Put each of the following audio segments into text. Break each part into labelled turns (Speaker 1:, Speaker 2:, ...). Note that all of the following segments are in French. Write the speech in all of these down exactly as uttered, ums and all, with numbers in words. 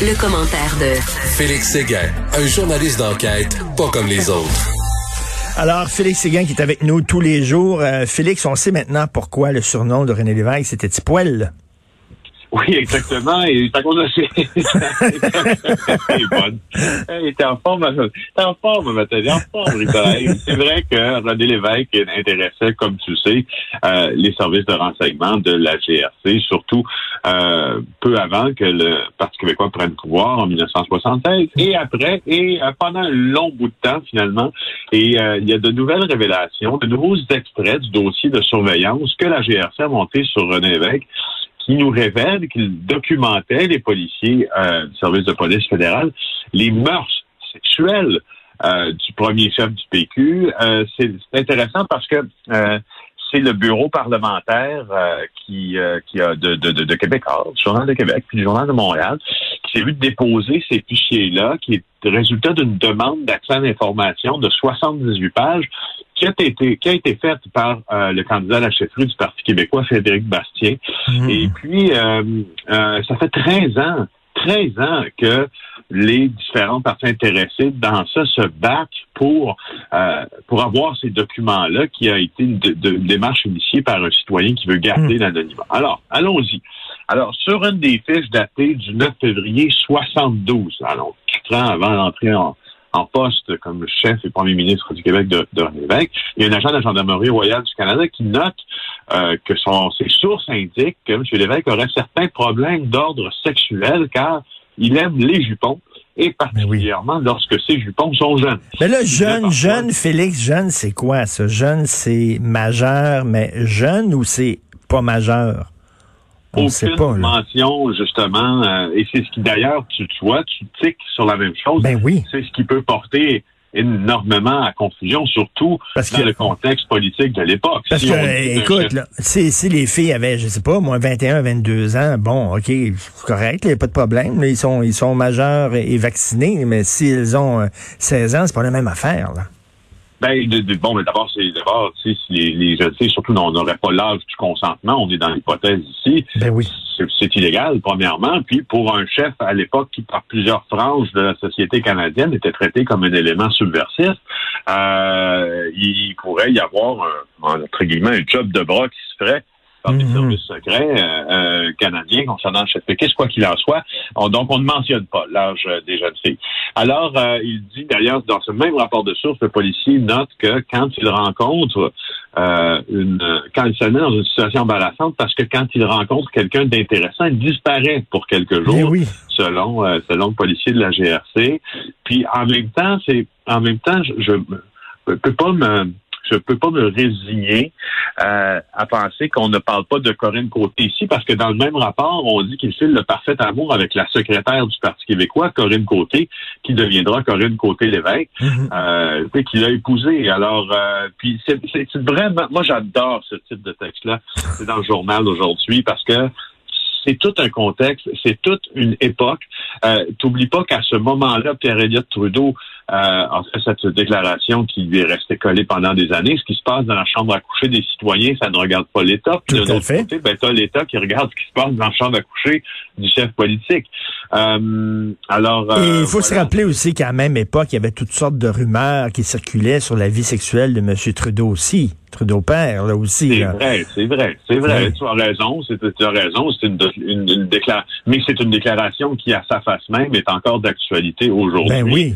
Speaker 1: Le commentaire de
Speaker 2: Félix Séguin, un journaliste d'enquête pas comme les autres.
Speaker 3: Alors, Félix Séguin qui est avec nous tous les jours. Euh, Félix, on sait maintenant pourquoi le surnom de René Lévesque, c'était Tipoil.
Speaker 4: Oui, exactement. Et c'est à cause de ses... Elle est bonne. Elle était en forme, elle était en forme, elle était en forme, Rita. C'est vrai que René Lévesque intéressait, comme tu sais, euh, les services de renseignement de la G R C, surtout euh, peu avant que le Parti québécois prenne pouvoir en dix-neuf cent soixante-seize, et après, et euh, pendant un long bout de temps, finalement. Et euh, il y a de nouvelles révélations, de nouveaux extraits du dossier de surveillance que la G R C a monté sur René Lévesque, qui nous révèle qu'il documentait, les policiers euh, du service de police fédéral, les mœurs sexuelles euh, du premier chef du P Q. Euh, c'est, c'est intéressant parce que euh, c'est le bureau parlementaire euh, qui, euh, qui a de, de, de, de Québec, alors, du Journal de Québec, puis du Journal de Montréal, qui s'est vu déposer ces fichiers-là, qui est le résultat d'une demande d'accès à l'information de soixante-dix-huit pages, qui a été, qui a été faite par euh, le candidat à la chefferie du Parti québécois, Frédéric Bastien. Mmh. Et puis, euh, euh, ça fait treize ans, treize ans que les différents partis intéressés dans ça se battent pour euh, pour avoir ces documents-là, qui a été une, de, de, une démarche initiée par un citoyen qui veut garder mmh. l'anonymat. Alors, allons-y. Alors, sur une des fiches datées du neuf février soixante-douze, alors, quatre ans avant l'entrée en en poste comme chef et premier ministre du Québec de, de René Lévesque, il y a un agent de la Gendarmerie royale du Canada qui note euh, que son, ses sources indiquent que M. Lévesque aurait certains problèmes d'ordre sexuel car il aime les jupons et particulièrement oui. lorsque ces jupons sont jeunes.
Speaker 3: Mais là, jeune, jeune, Félix, jeune, c'est quoi ça? Jeune, c'est majeur, mais jeune ou c'est pas majeur? On
Speaker 4: Aucune
Speaker 3: pas,
Speaker 4: mention, justement, euh, et c'est ce qui, d'ailleurs, tu, tu vois, tu tiques sur la même chose.
Speaker 3: Ben oui.
Speaker 4: C'est ce qui peut porter énormément à confusion, surtout
Speaker 3: parce
Speaker 4: dans
Speaker 3: que,
Speaker 4: le contexte politique de l'époque.
Speaker 3: Parce
Speaker 4: si
Speaker 3: que, écoute, là, si, si les filles avaient, je sais pas, moi, vingt et un, vingt-deux ans, bon, OK, c'est correct, il n'y a pas de problème, là, ils sont, ils sont majeurs et vaccinés, mais s'ils ont seize ans, c'est pas la même affaire, là.
Speaker 4: Ben, de, de, bon, mais d'abord, c'est d'abord, tu sais, si les, les jeunes filles, surtout, on n'aurait pas l'âge du consentement, on est dans l'hypothèse ici.
Speaker 3: Ben oui.
Speaker 4: C'est, c'est illégal, premièrement. Puis, pour un chef à l'époque qui, par plusieurs franges de la société canadienne, était traité comme un élément subversif, euh, il pourrait y avoir un, entre guillemets, un job de bras qui se ferait par les mm-hmm. services secrets euh, euh, canadiens concernant le chef péquiste, quoi qu'il en soit. On, donc, on ne mentionne pas l'âge euh, des jeunes filles. Alors, euh, il dit d'ailleurs, dans ce même rapport de source, le policier note que quand il rencontre euh, une, quand il se met dans une situation embarrassante, parce que quand il rencontre quelqu'un d'intéressant, il disparaît pour quelques jours,
Speaker 3: oui.
Speaker 4: selon euh, selon le policier de la G R C. Puis, en même temps, c'est en même temps, je, je peux pas me Je peux pas me résigner euh, à penser qu'on ne parle pas de Corinne Côté ici, parce que dans le même rapport, on dit qu'il file le parfait amour avec la secrétaire du Parti québécois, Corinne Côté, qui deviendra Corinne Côté-Lévesque, mm-hmm. euh, qui l'a épousée. Alors, euh, puis c'est, c'est, c'est vraiment... Moi, j'adore ce type de texte-là. C'est dans le journal aujourd'hui, parce que c'est tout un contexte, c'est toute une époque. Euh, t'oublies pas qu'à ce moment-là, Pierre-Éliott Trudeau euh, a fait cette déclaration qui lui est restée collée pendant des années. Ce qui se passe dans la chambre à coucher des citoyens, ça ne regarde pas l'État. Puis de l'autre côté, ben, t'as l'État qui regarde ce qui se passe dans la chambre à coucher du chef politique. Euh, alors,
Speaker 3: Et il
Speaker 4: euh,
Speaker 3: faut
Speaker 4: voilà.
Speaker 3: se rappeler aussi qu'à la même époque, il y avait toutes sortes de rumeurs qui circulaient sur la vie sexuelle de M. Trudeau aussi. Trudeau père, là aussi.
Speaker 4: C'est
Speaker 3: là.
Speaker 4: vrai, c'est vrai, c'est vrai.
Speaker 3: Oui.
Speaker 4: Tu as raison, c'est, tu as raison. C'est une, une, une déclaration, mais c'est une déclaration qui, à sa face même, est encore d'actualité aujourd'hui.
Speaker 3: Ben oui.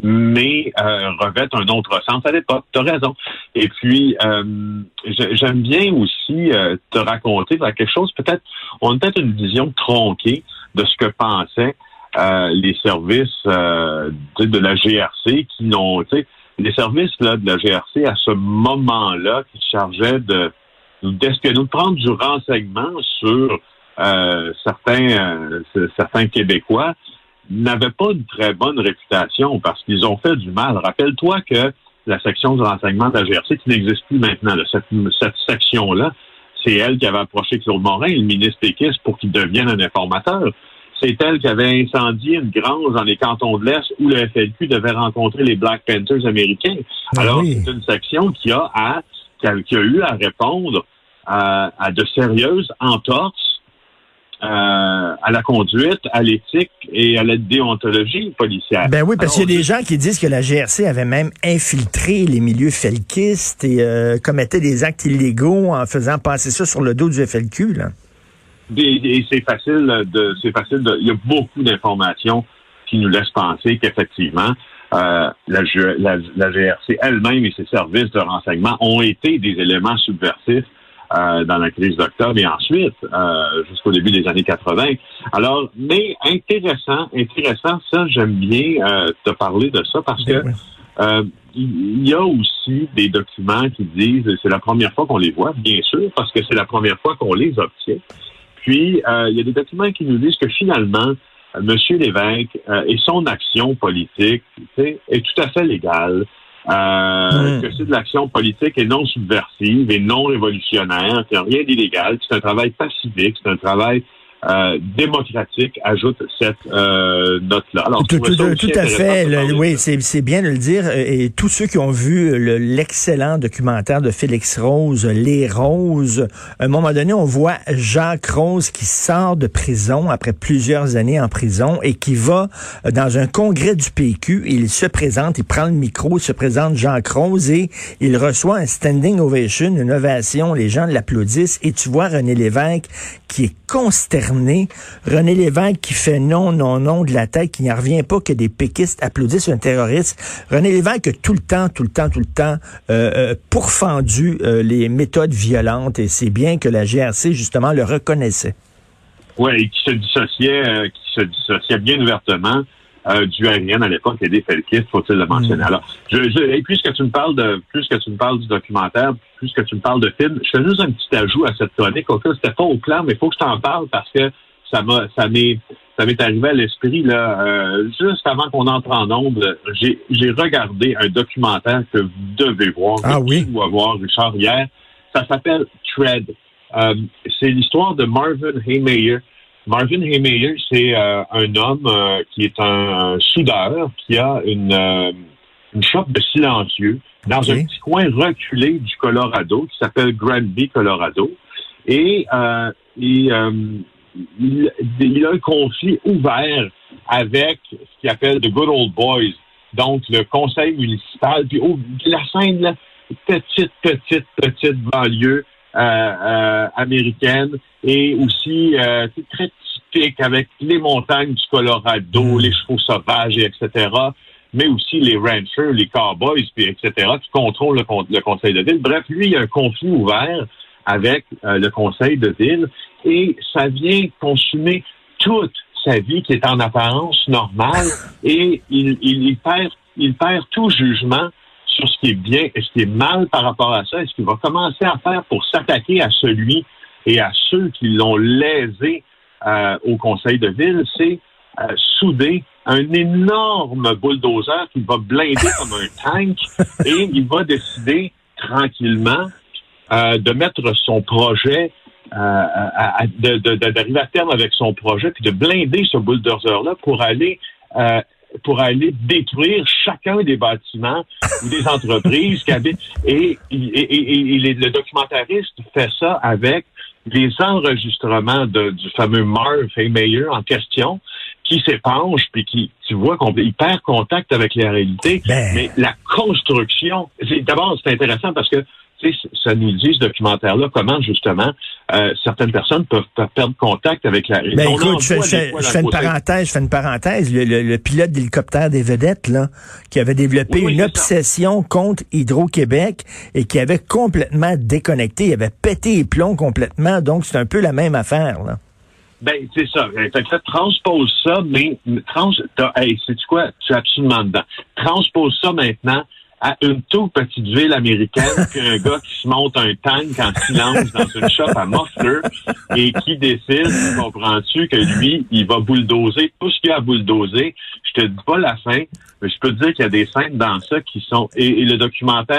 Speaker 4: Mais euh, revêt un autre sens à l'époque. Tu as raison. Et puis, euh, j'aime bien aussi euh, te raconter quelque chose. Peut-être, on a peut-être une vision tronquée de ce que pensaient euh, les services euh, de, de la G R C qui n'ont, tu sais, les services là, de la G R C, à ce moment-là, qui se chargeaient de d'espionner, de prendre du renseignement sur euh, certains euh, certains Québécois, n'avaient pas une très bonne réputation parce qu'ils ont fait du mal. Rappelle-toi que la section du renseignement de la G R C, qui n'existe plus maintenant, là, cette, cette section-là, c'est elle qui avait approché Claude Morin, le ministre péquiste, pour qu'il devienne un informateur. C'est elle qui avait incendié une grange dans les cantons de l'Est où le F L Q devait rencontrer les Black Panthers américains.
Speaker 3: Ah
Speaker 4: Alors,
Speaker 3: oui.
Speaker 4: c'est une section qui a, à, qui a, qui a eu à répondre à, à de sérieuses entorses euh, à la conduite, à l'éthique et à la déontologie policière.
Speaker 3: Ben oui, parce qu'il y a des
Speaker 4: je...
Speaker 3: gens qui disent que la G R C avait même infiltré les milieux felkistes et euh, commettait des actes illégaux en faisant passer ça sur le dos du F L Q, là.
Speaker 4: Et, et c'est facile de, c'est facile de, il y a beaucoup d'informations qui nous laissent penser qu'effectivement, euh, la, la, la G R C elle-même et ses services de renseignement ont été des éléments subversifs euh, dans la crise d'octobre et ensuite, euh, jusqu'au début des années quatre-vingt. Alors, mais intéressant, intéressant, ça, j'aime bien euh, te parler de ça parce que euh, il y a aussi des documents qui disent, c'est la première fois qu'on les voit, bien sûr, parce que c'est la première fois qu'on les obtient. Puis, euh, il y a des documents qui nous disent que finalement, M. Lévesque euh, et son action politique est tout à fait légale, euh, mmh. que c'est de l'action politique et non subversive et non révolutionnaire, qu'il n'y a rien d'illégal, que c'est un travail pacifique, c'est un travail euh, démocratique, ajoute cette euh, note-là. Alors,
Speaker 3: tout, tout, tout à fait. Le, oui, c'est, c'est bien de le dire. Et tous ceux qui ont vu le, l'excellent documentaire de Félix Rose, Les Roses, à un moment donné, on voit Jacques Rose qui sort de prison après plusieurs années en prison et qui va dans un congrès du P Q. Il se présente, il prend le micro, il se présente Jacques Rose et il reçoit un standing ovation, une ovation. Les gens l'applaudissent et tu vois René Lévesque qui est consterné. René Lévesque qui fait non, non, non de la tête, qui n'y revient pas que des péquistes applaudissent un terroriste. René Lévesque a tout le temps, tout le temps, tout le temps euh, euh, pourfendu euh, les méthodes violentes et c'est bien que la G R C, justement, le reconnaissait.
Speaker 4: Oui, et qui se dissociait, euh, qui se dissociait bien ouvertement euh, du aérien à l'époque et des felkistes, faut-il le mentionner. Mmh. Alors, je, je, et puisque tu me parles de, puisque tu me parles du documentaire, puisque tu me parles de film, je fais juste un petit ajout à cette chronique. Au cas, c'était pas au plan, mais il faut que je t'en parle parce que ça m'a, ça m'est, ça m'est arrivé à l'esprit là, euh, juste avant qu'on entre en ondes. J'ai, j'ai regardé un documentaire que vous devez voir,
Speaker 3: ah
Speaker 4: que
Speaker 3: oui,
Speaker 4: tu dois voir, Richard, hier. Ça s'appelle Tread. Euh, c'est l'histoire de Marvin Haymayer. Marvin Haymayer, c'est euh, un homme euh, qui est un, un soudeur qui a une, euh, une shop de silencieux dans okay. un petit coin reculé du Colorado qui s'appelle Granby, Colorado. Et, euh, et euh, il, il a un conflit ouvert avec ce qu'il appelle The Good Old Boys, donc le conseil municipal. Puis oh, la scène, là, petite, petite, petite banlieue euh, euh, américaine et aussi euh, très typique avec les montagnes du Colorado, mmh. les chevaux sauvages, et etc., mais aussi les ranchers, les cowboys, puis et cetera, qui contrôlent le, le conseil de ville. Bref, lui, il y a un conflit ouvert avec euh, le conseil de ville et ça vient consumer toute sa vie qui est en apparence normale et il, il, il, perd, il perd tout jugement sur ce qui est bien et ce qui est mal par rapport à ça et ce qu'il va commencer à faire pour s'attaquer à celui et à ceux qui l'ont lésé euh, au conseil de ville, c'est euh, souder un énorme bulldozer qui va blinder comme un tank et il va décider tranquillement euh, de mettre son projet, euh, à, à, de, de, d'arriver à terme avec son projet puis de blinder ce bulldozer-là pour aller euh, pour aller détruire chacun des bâtiments ou des entreprises qui habitent. Et, et, et, et le documentariste fait ça avec les enregistrements de, du fameux Marv Haymayer en question, qui s'épanche puis qui, tu vois, qu'il perd contact avec la réalité. Ben... Mais la construction, c'est, d'abord, c'est intéressant parce que tu sais, ça nous dit, ce documentaire-là, comment, justement, euh, certaines personnes peuvent, peuvent perdre contact avec la réalité.
Speaker 3: Ben, écoute, je, je, je fais une parenthèse, je fais une parenthèse. Le, le, le pilote d'hélicoptère des vedettes, là, qui avait développé oui, oui, une obsession ça. contre Hydro-Québec et qui avait complètement déconnecté. Il avait pété les plombs complètement. Donc, c'est un peu la même affaire, là.
Speaker 4: Ben, c'est ça. Fait que transpose ça, mais trans, hey, sais-tu quoi? Tu es absolument dedans. Transpose ça maintenant à une toute petite ville américaine, puis un gars qui se monte un tank en silence dans une shop à Muffler et qui décide, comprends-tu, que lui, il va bulldozer tout ce qu'il y a à bulldozer. Je te dis pas la fin, mais je peux te dire qu'il y a des scènes dans ça qui sont... Et, et le documentaire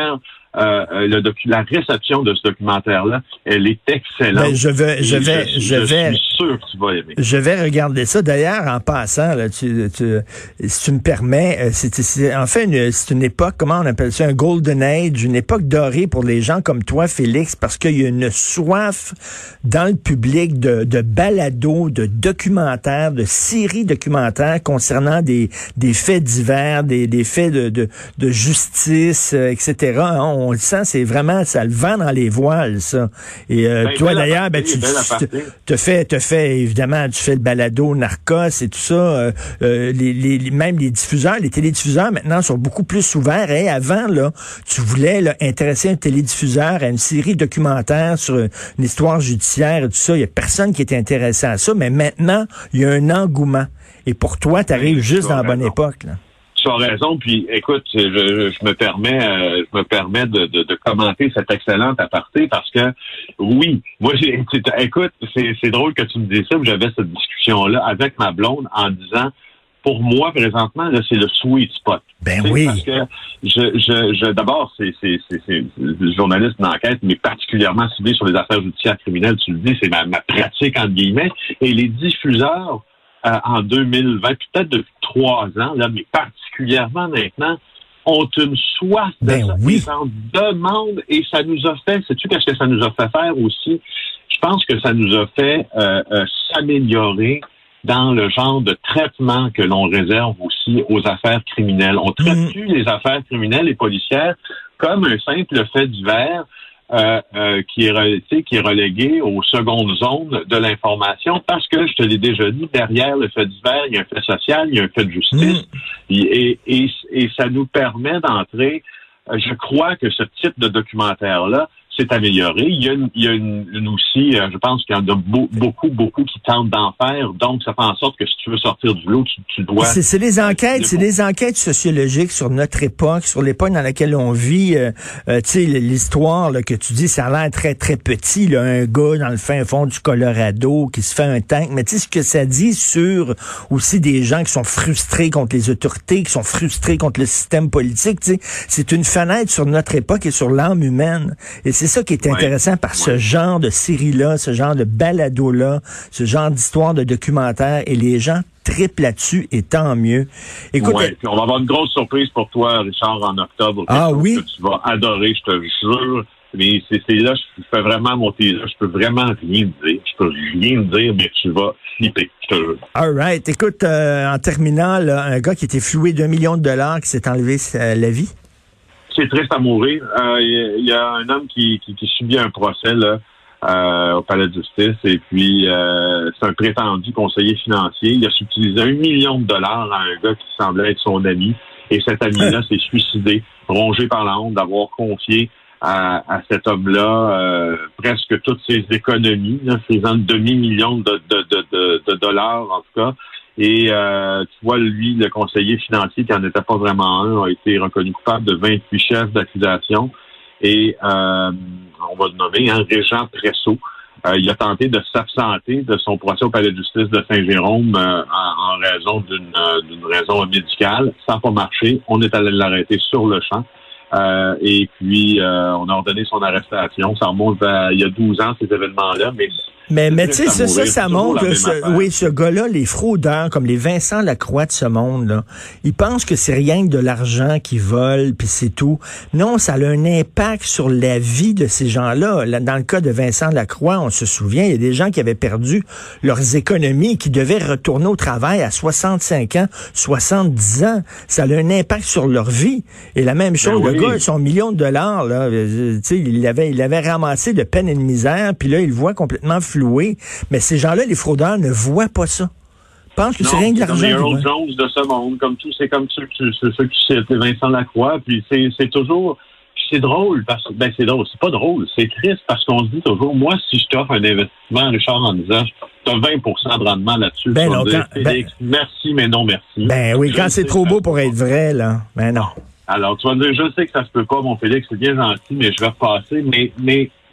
Speaker 4: euh, le docu la réception de ce documentaire-là, elle est excellente.
Speaker 3: Ben, je vais, je vais, je,
Speaker 4: je,
Speaker 3: je vais.
Speaker 4: suis sûr que tu vas aimer.
Speaker 3: Je vais regarder ça. D'ailleurs, en passant, là, tu, tu, si tu me permets, c'est, c'est en fait une, c'est une époque, comment on appelle ça, un golden age, une époque dorée pour les gens comme toi, Félix, parce qu'il y a une soif dans le public de, de balados, de documentaires, de séries documentaires concernant des, des faits divers, des, des faits de, de, de justice, euh, et cetera. On, on le sent, c'est vraiment, ça le vend dans les voiles, ça. Et euh, ben, toi, d'ailleurs, ben, tu te fais, te fais, évidemment, tu fais le balado Narcos et tout ça. Euh, euh, les, les, même les diffuseurs, les télédiffuseurs, maintenant, sont beaucoup plus ouverts. Et avant, là, tu voulais là, intéresser un télédiffuseur à une série documentaire sur une histoire judiciaire et tout ça. Il y a personne qui est intéressé à ça. Mais maintenant, il y a un engouement. Et pour toi, tu arrives oui, juste dans la bonne époque, là.
Speaker 4: Tu as raison, puis écoute, je, je, je me permets, euh, je me permets de, de, de commenter cette excellente aparté parce que oui, moi j'ai, écoute, c'est, c'est drôle que tu me dises ça, j'avais cette discussion-là avec ma blonde en disant, pour moi présentement là, c'est le sweet spot.
Speaker 3: Ben oui.
Speaker 4: Parce que je, je, je d'abord c'est, c'est, c'est, c'est journaliste d'enquête, mais particulièrement ciblé sur les affaires judiciaires criminelles. Tu le dis, c'est ma, ma pratique entre guillemets, et les diffuseurs. Euh, en deux mille vingt, peut-être depuis trois ans, là, mais particulièrement maintenant, ont une soif de
Speaker 3: ben
Speaker 4: ça.
Speaker 3: Oui.
Speaker 4: Ils en demandent et ça nous a fait, sais-tu qu'est-ce que ça nous a fait faire aussi? Je pense que ça nous a fait euh, euh, s'améliorer dans le genre de traitement que l'on réserve aussi aux affaires criminelles. On traite mmh. plus les affaires criminelles et policières comme un simple fait divers. Euh, euh, qui est qui est relégué aux secondes zones de l'information parce que, je te l'ai déjà dit, derrière le fait divers, il y a un fait social, il y a un fait de justice. Mmh. Et, et, et ça nous permet d'entrer, je crois que ce type de documentaire-là s'est amélioré. Il y a, une, il y a une, une aussi, je pense qu'il y en a beau, beaucoup, beaucoup qui tentent d'en faire. Donc, ça fait en sorte que si tu veux sortir du lot, tu, tu dois...
Speaker 3: C'est, c'est les enquêtes, c'est des enquêtes sociologiques sur notre époque, sur l'époque dans laquelle on vit. Euh, euh, tu sais, l'histoire là, que tu dis, ça a l'air très, très petit. Là, un gars dans le fin fond du Colorado qui se fait un tank. Mais tu sais, ce que ça dit sur aussi des gens qui sont frustrés contre les autorités, qui sont frustrés contre le système politique, tu sais, c'est une fenêtre sur notre époque et sur l'âme humaine. Et c'est ça qui est intéressant ouais, par ouais. ce genre de série-là, ce genre de balado-là, ce genre d'histoire de documentaire, et les gens triplent là-dessus, et tant mieux. Écoute,
Speaker 4: ouais, puis on va avoir une grosse surprise pour toi, Richard, en octobre.
Speaker 3: Ah oui?
Speaker 4: Que tu vas adorer, je te jure. Mais c'est, c'est là, je fais vraiment mon teaser. Je peux vraiment rien te dire. Je peux rien te dire, mais tu vas flipper, je te jure.
Speaker 3: All right. Écoute, euh, en terminant, là, un gars qui était floué d'un million de dollars, qui s'est enlevé euh, la vie.
Speaker 4: C'est triste à mourir. Il euh, y, y a un homme qui, qui, qui subit un procès là, euh, au palais de justice et puis euh, c'est un prétendu conseiller financier. Il a utilisé un million de dollars à un gars qui semblait être son ami et cet ami-là s'est suicidé, rongé par la honte d'avoir confié à, à cet homme-là euh, presque toutes ses économies, là, faisant le demi-million de, de, de, de, de dollars en tout cas. Et euh, tu vois, lui, le conseiller financier, qui n'en était pas vraiment un, a été reconnu coupable de vingt-huit chefs d'accusation. Et euh, on va le nommer, hein, Régent Presso. Euh, il a tenté de s'absenter de son procès au palais de justice de Saint-Jérôme euh, en, en raison d'une, euh, d'une raison médicale. Ça n'a pas marché. On est allé l'arrêter sur le champ. Euh, et puis, euh, on a ordonné son arrestation. Ça remonte à il y a douze ans, ces événements-là, mais...
Speaker 3: Mais, mais tu sais, ça, ça, ça montre, ce, oui, ce gars-là, les fraudeurs, comme les Vincent Lacroix de ce monde-là, ils pensent que c'est rien que de l'argent qu'ils volent, puis c'est tout. Non, ça a un impact sur la vie de ces gens-là. Là, dans le cas de Vincent Lacroix, on se souvient, il y a des gens qui avaient perdu leurs économies, qui devaient retourner au travail à soixante-cinq ans, soixante-dix ans. Ça a un impact sur leur vie. Et la même chose, ben le oui. gars, son million de dollars, là, tu sais, il avait, il avait ramassé de peine et de misère, puis là, il le voit complètement flou. Mais ces gens-là, les fraudeurs, ne voient pas ça. Ils pensent que non, c'est rien que de l'argent.
Speaker 4: C'est comme les Earl Jones de ce monde, comme tout, c'est comme ceux, ceux, ceux qui citent Vincent Lacroix, puis c'est, c'est toujours, c'est drôle, parce que, ben c'est drôle, c'est pas drôle, c'est triste parce qu'on se dit toujours, moi, si je t'offre un investissement, Richard, en disant, t'as vingt pour cent de rendement là-dessus,
Speaker 3: ben
Speaker 4: tu
Speaker 3: non,
Speaker 4: vas dire,
Speaker 3: quand,
Speaker 4: Félix, ben, merci, mais non merci.
Speaker 3: Ben oui, je quand c'est trop beau pour être vrai, là, ben non.
Speaker 4: Alors, tu vas dire, je sais que ça se peut pas, mon Félix, c'est bien gentil, mais je vais repasser, mais, mais,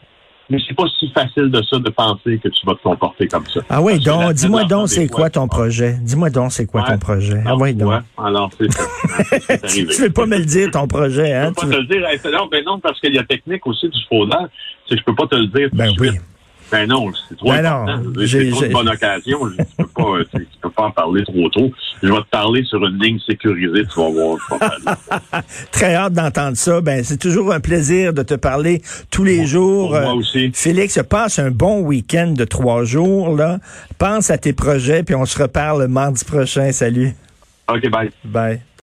Speaker 4: Mais c'est pas si facile de ça de penser que tu vas te comporter comme ça.
Speaker 3: Ah oui, donc, dis-moi
Speaker 4: là-dedans,
Speaker 3: donc,
Speaker 4: des
Speaker 3: c'est
Speaker 4: fois,
Speaker 3: quoi
Speaker 4: tu
Speaker 3: ton
Speaker 4: penses.
Speaker 3: projet? Dis-moi donc, c'est quoi
Speaker 4: Ouais.
Speaker 3: ton projet? Ah
Speaker 4: Non,
Speaker 3: oui, donc.
Speaker 4: ouais. Alors, c'est ça. C'est
Speaker 3: Tu
Speaker 4: arrivé.
Speaker 3: veux pas me le dire, ton projet, hein?
Speaker 4: Je
Speaker 3: Tu
Speaker 4: peux pas
Speaker 3: veux-
Speaker 4: te le dire. Hey, non, ben non, parce qu'il y a technique aussi du fraudeur. C'est que je peux pas te le dire tout
Speaker 3: Ben
Speaker 4: de
Speaker 3: oui.
Speaker 4: suite. Ben non, c'est trop
Speaker 3: Ben
Speaker 4: important.
Speaker 3: non,
Speaker 4: C'est
Speaker 3: j'ai-
Speaker 4: trop
Speaker 3: j'ai-
Speaker 4: une bonne occasion. Je- Tu peux pas, euh, tu, tu peux pas en parler trop tôt. Je vais te parler sur une ligne sécurisée, tu vas voir. Tu vas parler.
Speaker 3: Très hâte d'entendre ça. Ben, c'est toujours un plaisir de te parler tous les jours.
Speaker 4: Pour moi
Speaker 3: Euh,
Speaker 4: aussi.
Speaker 3: Félix, passe un bon week-end de trois jours, là. Pense à tes projets, puis on se reparle mardi prochain. Salut.
Speaker 4: OK, bye.
Speaker 3: Bye.